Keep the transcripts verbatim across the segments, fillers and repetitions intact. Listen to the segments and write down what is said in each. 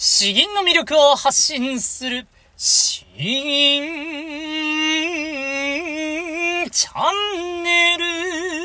詩吟の魅力を発信する詩吟チャンネル。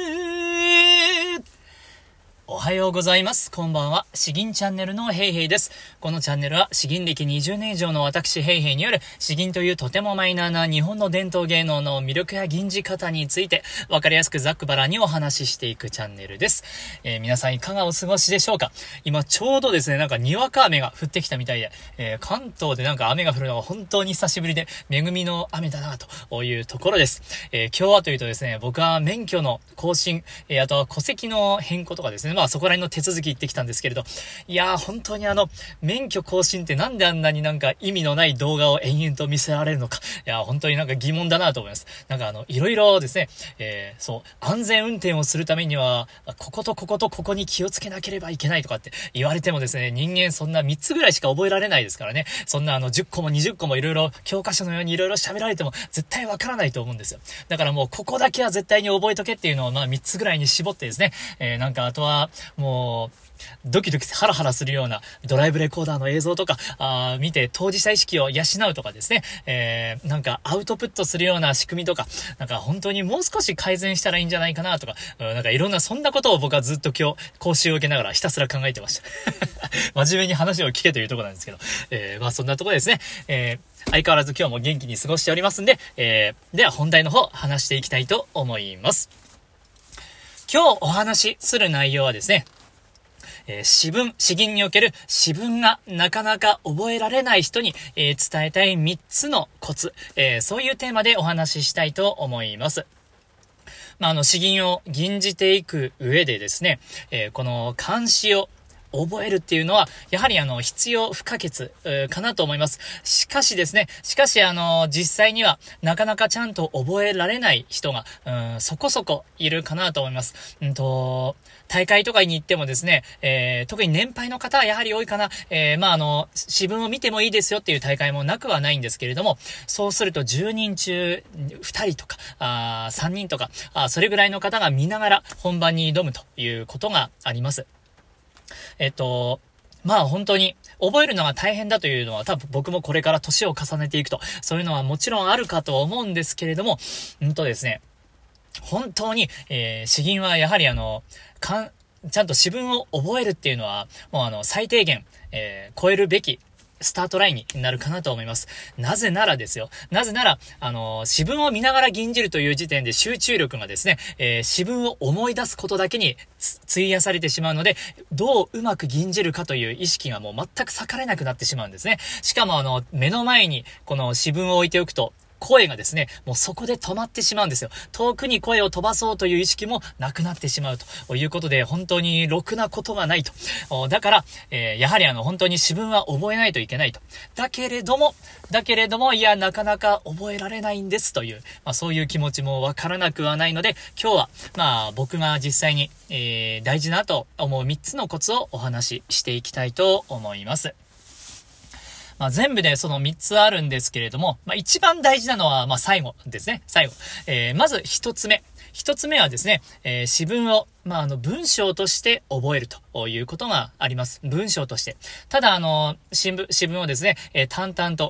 おはようございます。こんばんは。詩吟チャンネルのヘイヘイです。このチャンネルは詩吟歴にじゅうねん以上の私ヘイヘイによる詩吟というとてもマイナーな日本の伝統芸能の魅力や吟じ方についてわかりやすくざっくばらんにお話ししていくチャンネルです。えー、皆さんいかがお過ごしでしょうか。今ちょうどですね、なんかにわか雨が降ってきたみたいで、えー、関東でなんか雨が降るのが本当に久しぶりで恵みの雨だなというところです。えー、今日はというとですね、僕は免許の更新、えー、あとは戸籍の変更とかですね、まあそこら辺の手続き行ってきたんですけれど、いやー本当にあの免許更新ってなんであんなになんか意味のない動画を延々と見せられるのか、いやー本当になんか疑問だなと思います。なんかあのいろいろですね、えー、そう安全運転をするためにはこことこことここに気をつけなければいけないとかって言われてもですね、人間そんなみっつぐらいしか覚えられないですからね。そんなあのじゅっこもにじゅっこもいろいろ教科書のようにいろいろ喋られても絶対わからないと思うんですよ。だからもうここだけは絶対に覚えとけっていうのをまあみっつぐらいに絞ってですね、えー、なんかあとはもうドキドキハラハラするようなドライブレコーダーの映像とかあ見て当事者意識を養うとかですね、えー、なんかアウトプットするような仕組みとか、なんか本当にもう少し改善したらいいんじゃないかなとか、なんかいろんなそんなことを僕はずっと今日講習を受けながらひたすら考えてました真面目に話を聞けというところなんですけど、えー、まあそんなところですね。えー、相変わらず今日も元気に過ごしておりますんで、えー、では本題の方話していきたいと思います。今日お話しする内容はですね、えー、詩文、詩吟における詩文がなかなか覚えられない人に、えー、伝えたいみっつのコツ、えー、そういうテーマでお話ししたいと思います。まあ、あの詩吟を吟じていく上でですね、えー、この漢詩を覚えるっていうのはやはりあの必要不可欠かなと思います。しかしですね、しかしあの実際にはなかなかちゃんと覚えられない人がうんそこそこいるかなと思います。うんと大会とかに行ってもですね、えー、特に年配の方はやはり多いかな。えー、まああの詩文を見てもいいですよっていう大会もなくはないんですけれども、そうするとじゅうにん中ふたりとかあさんにんとかあそれぐらいの方が見ながら本番に挑むということがあります。えっと、まあ本当に覚えるのが大変だというのは多分僕もこれから年を重ねていくと、そういうのはもちろんあるかと思うんですけれども、うんとですね、本当に、えー、詩吟はやはりあの、かん、ちゃんと詩文を覚えるっていうのは、もうあの、最低限、えー、超えるべき、スタートラインになるかなと思います。なぜならですよ。なぜなら、あのー、詩文を見ながら吟じるという時点で集中力がですね、えー、詩文を思い出すことだけに費やされてしまうので、どううまく吟じるかという意識がもう全く割かれなくなってしまうんですね。しかもあの、目の前にこの詩文を置いておくと、声がですね、もうそこで止まってしまうんですよ。遠くに声を飛ばそうという意識もなくなってしまうということで、本当にろくなことがないと。だから、えー、やはりあの、本当に詩文は覚えないといけないと。だけれども、だけれども、いや、なかなか覚えられないんですという、まあそういう気持ちもわからなくはないので、今日は、まあ僕が実際に、えー、大事なと思うみっつのコツをお話ししていきたいと思います。まあ、全部でそのみっつあるんですけれども、まあ、一番大事なのは、まあ、最後ですね。最後。えー、まず一つ目。一つ目はですね、えー、詩文を、まあ、あの、文章として覚えるということがあります。文章として。ただ、あの、詩文、詩文をですね、えー、淡々と、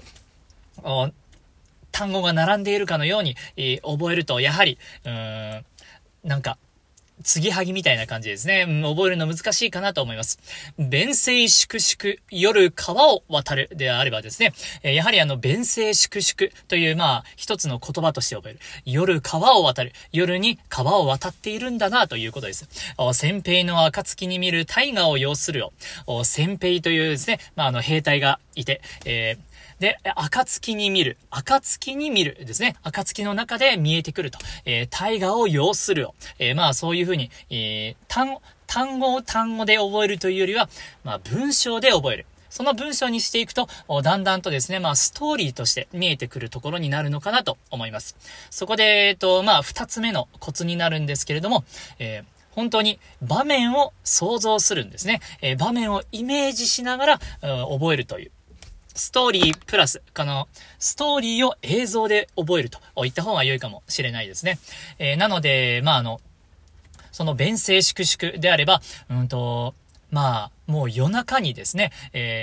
単語が並んでいるかのように、えー、覚えると、やはり、うーん、なんか、継ぎはぎみたいな感じですね。うん、覚えるの難しいかなと思います。弁声粛々、夜川を渡るであればですね、えー、やはりあの、弁声粛々という、まあ、一つの言葉として覚える。夜川を渡る。夜に川を渡っているんだなということです。先兵の暁に見る大河を要するよ。先兵というですね、まあ、あの、兵隊がいて、えーで、暁に見る。暁に見るですね。暁の中で見えてくると。えー、大河を要するよ。えー、まあそういうふうに、えー、単語、単語を単語で覚えるというよりは、まあ文章で覚える。その文章にしていくと、だんだんとですね、まあストーリーとして見えてくるところになるのかなと思います。そこで、えっと、まあ二つ目のコツになるんですけれども、えー本当に場面を想像するんですね。えー、場面をイメージしながら、うん、覚えるという。ストーリープラス、この、ストーリーを映像で覚えると言った方が良いかもしれないですね。えー、なので、まあ、あの、その弁声粛々であれば、うんと、まあ、もう夜中にですね、えー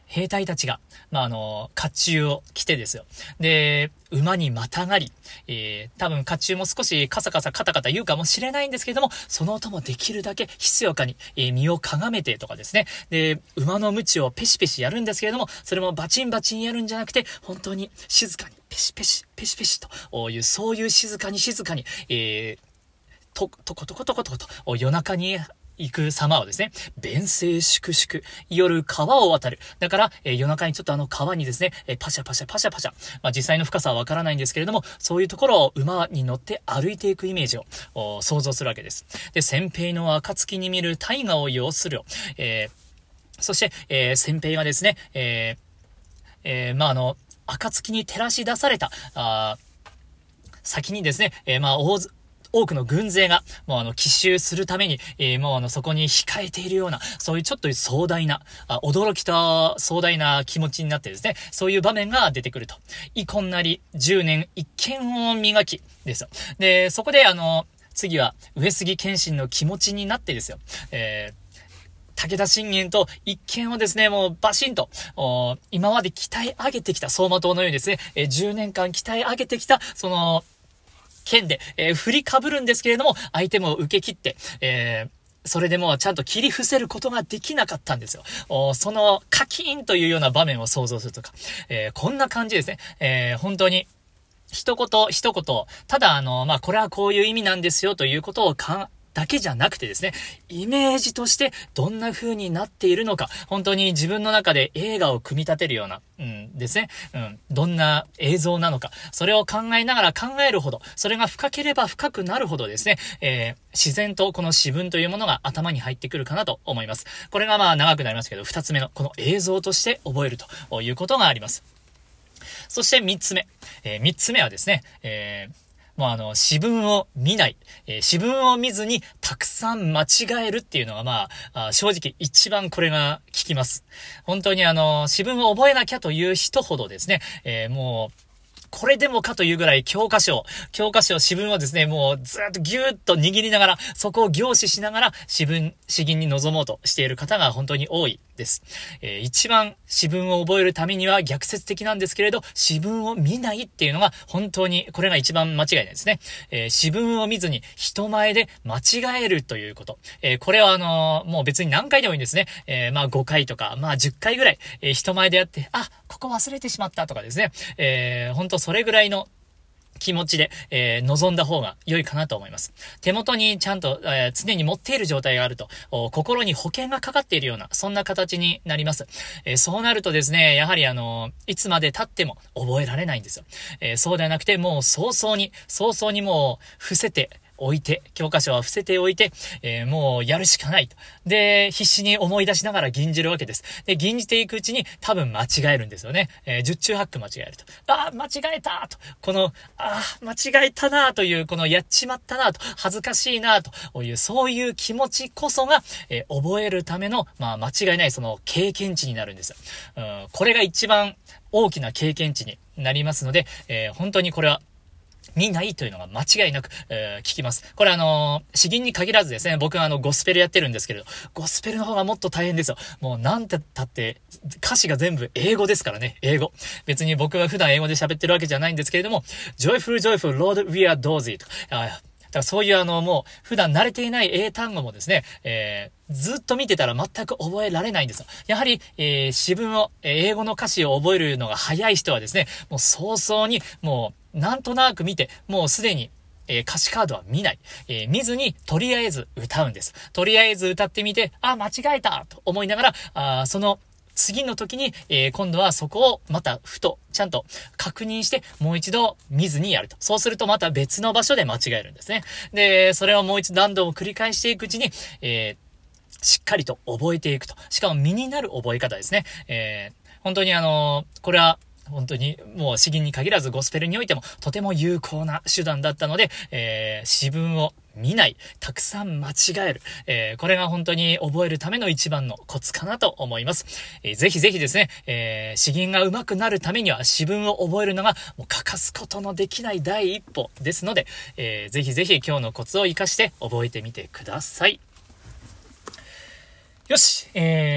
兵隊たちが、まあ、あの、甲冑を着てですよ。で、馬にまたがり、えー、多分甲冑も少しカサカサカタカタ言うかもしれないんですけれども、その音もできるだけひそやかに、えー、身をかがめてとかですね。で、馬の鞭をペシペシやるんですけれども、それもバチンバチンやるんじゃなくて、本当に静かにペシペシ、ペシペシという、そういう静かに静かに、えー、と、とことことことこと、夜中に、行く様をですね、弁声粛々、夜川を渡る。だから、えー、夜中にちょっとあの川にですね、えー、パシャパシャパシャパシャ。まあ実際の深さはわからないんですけれども、そういうところを馬に乗って歩いていくイメージを想像するわけです。で、先兵の暁に見る大河を要する。えー、そして、えー、先兵がですね、えー、えー、まああの、暁に照らし出された、あ先にですね、えー、まあ大多くの軍勢が、もうあの、奇襲するために、えー、もうあの、そこに控えているような、そういうちょっと壮大な、あ驚きと壮大な気持ちになってですね、そういう場面が出てくると。遺恨なり、十年一見を磨き、ですよ。で、そこであの、次は、上杉謙信の気持ちになってですよ。えー武田信玄と一見をですね、もうバシンと、今まで鍛え上げてきた、走馬灯のようにですね、えー、じゅうねんかん鍛え上げてきた、その、剣で、えー、振りかぶるんですけれども、相手も受け切って、えー、それでもちゃんと切り伏せることができなかったんですよ。そのカキーンというような場面を想像するとか、えー、こんな感じですね。えー、本当に、一言一言、ただあの、まあ、これはこういう意味なんですよということをかだけじゃなくてですね、イメージとしてどんな風になっているのか、本当に自分の中で映画を組み立てるような、うんですね、うん、どんな映像なのか、それを考えながら考えるほど、それが深ければ深くなるほどですね、えー、自然とこの詩文というものが頭に入ってくるかなと思います。これがまあ長くなりますけど、二つ目のこの映像として覚えるということがあります。そして三つ目、えー、三つ目はですね、えーもうあの、詩文を見ない、えー、詩文を見ずにたくさん間違えるっていうのがまあ、あ正直一番これが効きます。本当にあの、詩文を覚えなきゃという人ほどですね、えー、もう、これでもかというぐらい教科書、教科書、詩文をですね、もうずっとギューッと握りながら、そこを凝視しながら詩文、詩吟に臨もうとしている方が本当に多いです。えー、一番詩文を覚えるためには逆説的なんですけれど、詩文を見ないっていうのが本当に、これが一番間違いないですね。えー、詩文を見ずに人前で間違えるということ。えー、これはあのー、もう別に何回でもいいんですね。えー、まあごかいとか、まあじゅっかいぐらい、えー、人前でやって、あ、ここ忘れてしまったとかですね。えー、本当それぐらいの気持ちで、えー、臨んだ方が良いかなと思います。手元にちゃんと、えー、常に持っている状態があると、心に保険がかかっているような、そんな形になります。えー、そうなるとですね、やはりあの、いつまで経っても覚えられないんですよ。えー、そうではなくて、もう早々に、早々にもう伏せて、置いて、教科書は伏せておいて、えー、もうやるしかないと。で、必死に思い出しながら吟じるわけです。で、吟じていくうちに多分間違えるんですよね。えー、十中八九間違えると。ああ、間違えたと。この、ああ、間違えたなという、このやっちまったなと、恥ずかしいなという、そういう気持ちこそが、えー、覚えるための、まあ間違いないその経験値になるんですよ。うん、これが一番大きな経験値になりますので、えー、本当にこれは、見ないというのが間違いなく、えー、聞きます。これあのー、詩吟に限らずですね、僕はあの、ゴスペルやってるんですけれど、ゴスペルの方がもっと大変ですよ。もうなんてたって、歌詞が全部英語ですからね、英語。別に僕は普段英語で喋ってるわけじゃないんですけれども、Joyful, Joyful, Lord, we are dozy とか、あだからそういうあの、もう、普段慣れていない英単語もですね、えー、ずっと見てたら全く覚えられないんですよ。やはり、えー、詩文を、英語の歌詞を覚えるのが早い人はですね、もう早々に、もう、なんとなく見て、もうすでに、えー、歌詞カードは見ない。えー、見ずに、とりあえず歌うんです。とりあえず歌ってみて、あ、間違えたと思いながら、あその、次の時に、えー、今度はそこをまたふとちゃんと確認してもう一度見ずにやると。そうするとまた別の場所で間違えるんですね。で、それをもう一度何度も繰り返していくうちに、えー、しっかりと覚えていくと。しかも身になる覚え方ですね。えー、本当にあのー、これは本当にもう詩吟に限らずゴスペルにおいてもとても有効な手段だったので、えー、詩文を見ない、たくさん間違える、えー、これが本当に覚えるための一番のコツかなと思います。えー、ぜひぜひですね、えー、詩吟が上手くなるためには詩文を覚えるのがもう欠かすことのできない第一歩ですので、えー、ぜひぜひ今日のコツを活かして覚えてみてください。よし、えー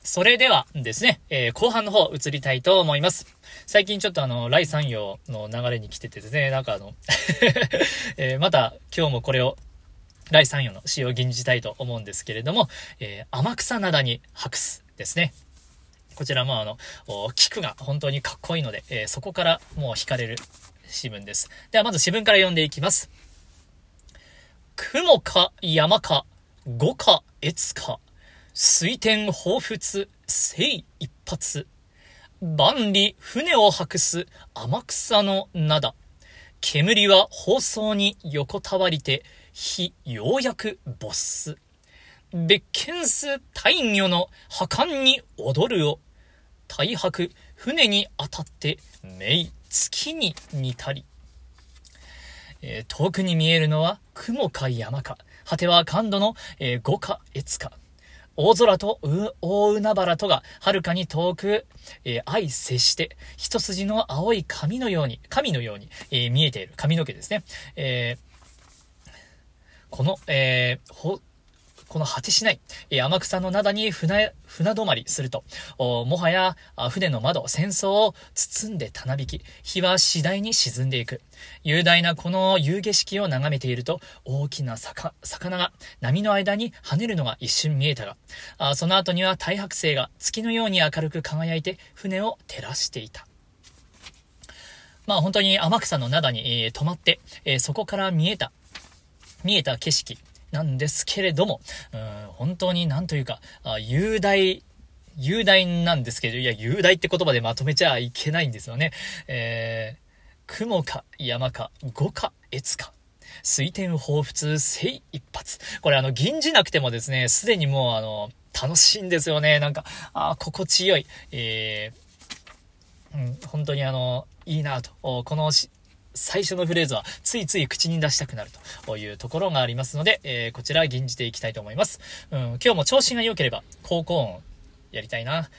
それではですね、えー、後半の方移りたいと思います。最近ちょっとあの、来三陽の流れに来ててですね、なんかあの、えー、また今日もこれを来三陽の詩を吟じたいと思うんですけれども、えー、天草灘に白すですね。こちらもあの、菊が本当にかっこいいので、えー、そこからもう惹かれる詩文です。ではまず詩文から読んでいきます。雲か山か五か越か水天彷彿清一発万里船を白す天草の灘煙は放送に横たわりて火ようやく没す別見す大魚の破艦に踊るを大白船に当たって明月に似たり、えー、遠くに見えるのは雲か山か果ては感度の、えー、五か越か大空と大海原とが遥かに遠く、えー、相接して一筋の青い髪のように髪のように、えー、見えている髪の毛ですね、えー、この、えー、ほこの果てしない、えー、天草の灘に船、船止まりすると、もはや船の窓、戦争を包んでたなびき、火は次第に沈んでいく。雄大なこの夕景色を眺めていると、大きな魚が波の間に跳ねるのが一瞬見えたが、あその後には大白星が月のように明るく輝いて船を照らしていた。まあ本当に天草の灘に、えー、止まって、えー、そこから見えた、見えた景色、なんですけれども、うーん本当になんというか、あ雄大、雄大なんですけど、いや、雄大って言葉でまとめちゃいけないんですよね。えー、雲か山か五か越か。水天彷彿清一発。これあの、吟じなくてもですね、すでにもうあの、楽しいんですよね。なんか、あ心地よい。えー、うん、本当にあの、いいなと。このし、最初のフレーズはついつい口に出したくなるというところがありますので、えー、こちら吟じていきたいと思います。うん、今日も調子が良ければ高校音やりたいな、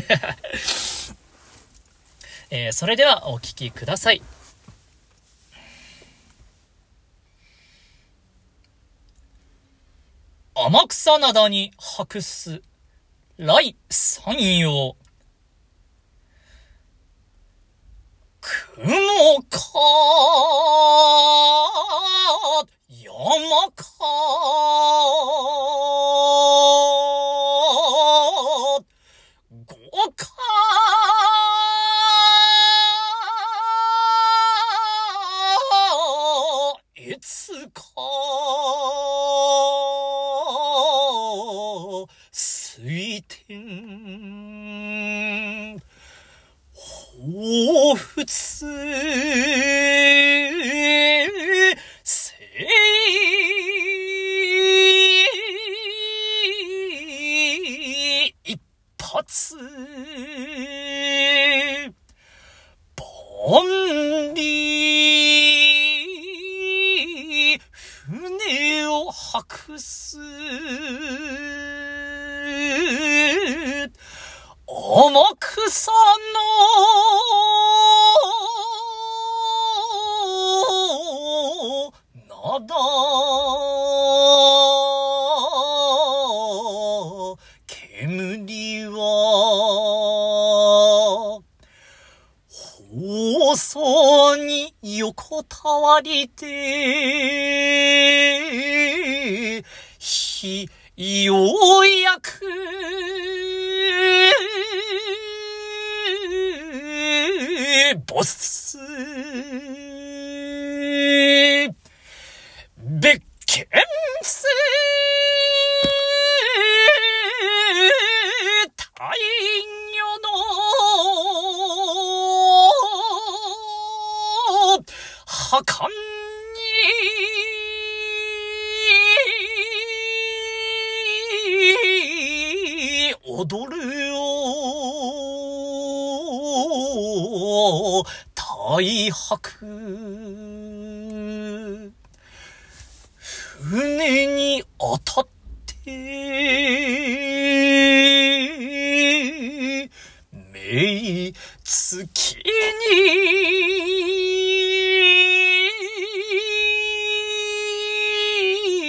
えー、それではお聞きください。天草灘に白す来三陽雲か山か五か越か水天彷彿清一発万里船を白す天草の灘煙は放送に横たわりて火ようやくボス別見す大魚の破艦に踊るを大白船に当たって明月に似たり、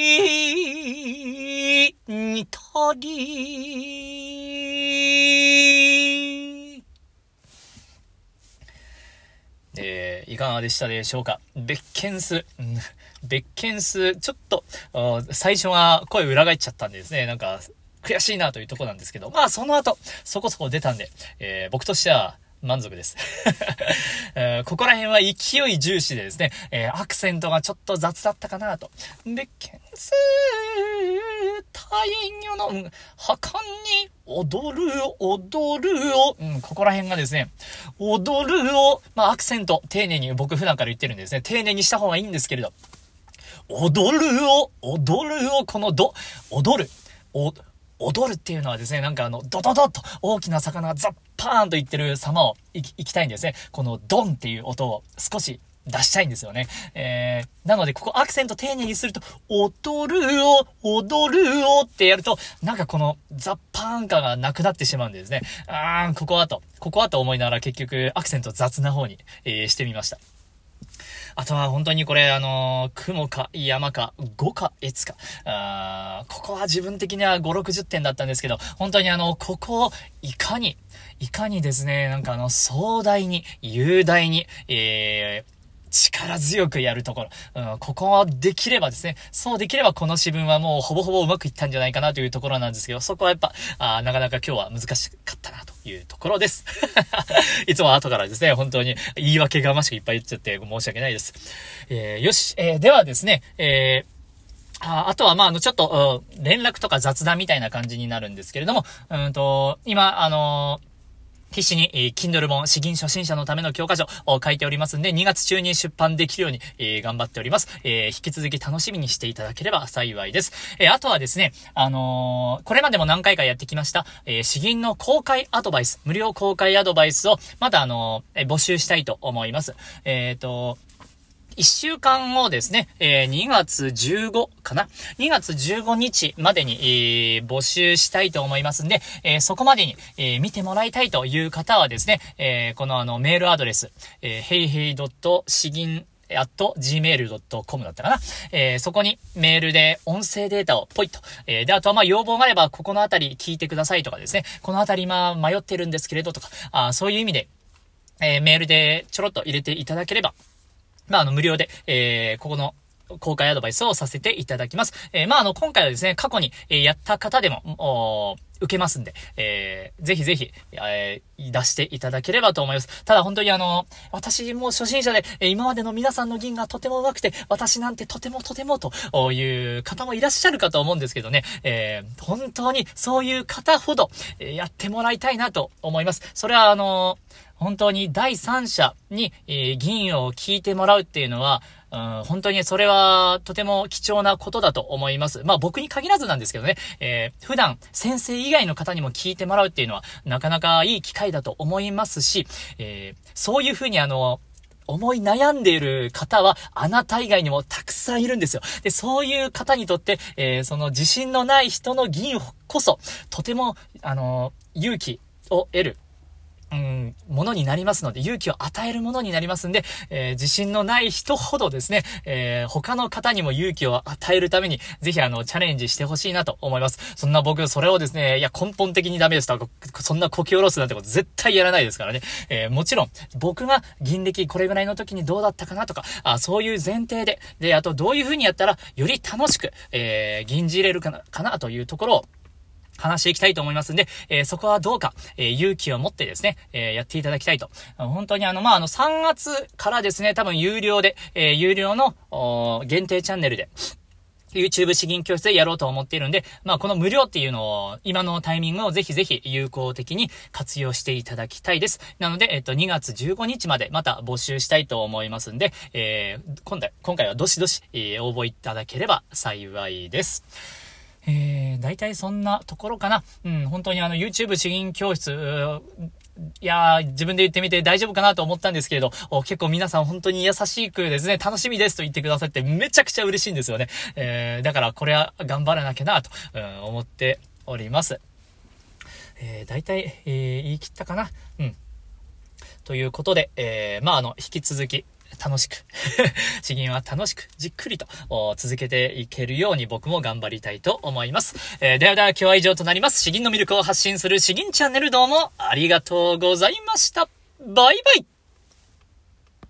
かがでしたでしょうか。別件数、うん、別件数、ちょっと、最初は声裏返っちゃったんでですね、なんか、悔しいなというところなんですけど、まあその後、そこそこ出たんで、えー、僕としては、満足です、えー。ここら辺は勢い重視でですね、えー、アクセントがちょっと雑だったかなと。別件数、大魚の、うん、盛んに踊る、踊るを、うん、ここら辺がですね、踊るを、まあアクセント、丁寧に僕普段から言ってるんでですね、丁寧にした方がいいんですけれど、踊るを、踊るを、このど、踊る、お、踊るっていうのはですね、なんかあの、ドドドッと大きな魚がザッパーンといってる様をいき、いきたいんですね。このドンっていう音を少し出したいんですよね。えー、なのでここアクセント丁寧にすると、踊るを、踊るをってやると、なんかこのザッパーン感がなくなってしまうんですね。あー、ここはと、ここはと思いながら結局アクセント雑な方に、えー、してみました。あとは本当にこれ、あのー、雲か山か五か越か。あここは自分的にはご、ろくじゅってんだったんですけど、本当にあの、ここをいかに、いかにですね、なんかあの、壮大に、雄大に、えー、力強くやるところ、うん、ここはできればですね、そうできればこの詩文はもうほぼほぼうまくいったんじゃないかなというところなんですけど、そこはやっぱ、あなかなか今日は難しかったなというところです。いつも後からですね、本当に言い訳がましくいっぱい言っちゃって申し訳ないです。えー、よし、えー、ではですね、えーあ, あとは、まあ、あの、ちょっと、連絡とか雑談みたいな感じになるんですけれども、うんと、今、あのー、必死に、えー、Kindle 本、詩吟初心者のための教科書を書いておりますんで、にがつ中に出版できるように、えー、頑張っております。えー、引き続き楽しみにしていただければ幸いです。えー、あとはですね、あのー、これまでも何回かやってきました、えー、詩吟の公開アドバイス、無料公開アドバイスを、またあのー、募集したいと思います。えっと、一週間後ですね、えー、にがつじゅうごかな ?にがつじゅうごにちまでに、えー、募集したいと思いますんで、えー、そこまでに、えー、見てもらいたいという方はですね、えー、このあのメールアドレス、えー、ヘイヘイドットシギンアットジーメールドットコム だったかな、えー、そこにメールで音声データをポイッと、えー、で、あとはまあ要望があればここのあたり聞いてくださいとかですね、このあたり今迷ってるんですけれどとか、あそういう意味で、えー、メールでちょろっと入れていただければ、まあ、あの、無料で、えー、ここの、公開アドバイスをさせていただきます。えー、まあ、あの、今回はですね、過去に、えー、やった方でも、受けますんで、えー、ぜひぜひ、えー、出していただければと思います。ただ本当にあの、私も初心者で、えー、今までの皆さんの吟がとても上手くて、私なんてとてもとてもという方もいらっしゃるかと思うんですけどね、えー、本当にそういう方ほど、えー、やってもらいたいなと思います。それはあの、本当に第三者に、えー、吟を聞いてもらうっていうのは、うん、本当にそれはとても貴重なことだと思います。まあ僕に限らずなんですけどね、えー、普段先生以外の方にも聞いてもらうっていうのはなかなかいい機会だと思いますし、えー、そういうふうにあの、思い悩んでいる方はあなた以外にもたくさんいるんですよ。で、そういう方にとって、えー、その自信のない人の吟こそとてもあの勇気を得るうん、ものになりますので、勇気を与えるものになりますんで、えー、自信のない人ほどですね、えー、他の方にも勇気を与えるために、ぜひあの、チャレンジしてほしいなと思います。そんな僕、それをですね、いや、根本的にダメですと、そんなこき下ろすなんてこと絶対やらないですからね。えー、もちろん、僕が銀歴これぐらいの時にどうだったかなとか、あそういう前提で、で、あとどういう風にやったら、より楽しく、えー、吟じれるかな、かなというところを、話していきたいと思いますんで、えー、そこはどうか、えー、勇気を持ってですね、えー、やっていただきたいと。本当にあの、まあ、あの、さんがつからですね、多分有料で、えー、有料の、限定チャンネルで、YouTube 詩吟教室でやろうと思っているんで、まあこの無料っていうのを、今のタイミングをぜひぜひ有効的に活用していただきたいです。なので、えっと、にがつじゅうごにちまでまた募集したいと思いますんで、えー、今回、今回はどしどし、えー、応募いただければ幸いです。えー、大体そんなところかな。うん、本当にあの YouTube 詩吟教室、いやー、自分で言ってみて大丈夫かなと思ったんですけれど、結構皆さん本当に優しくですね、楽しみですと言ってくださってめちゃくちゃ嬉しいんですよね。えー、だからこれは頑張らなきゃなと、うん、思っております。えー、大体、えー、言い切ったかな。うん。ということで、えー、まああの、引き続き、楽しく詩吟は楽しくじっくりと続けていけるように僕も頑張りたいと思います。えー、ではでは今日は以上となります。詩吟の魅力を発信する詩吟チャンネル、どうもありがとうございました。バイバイ。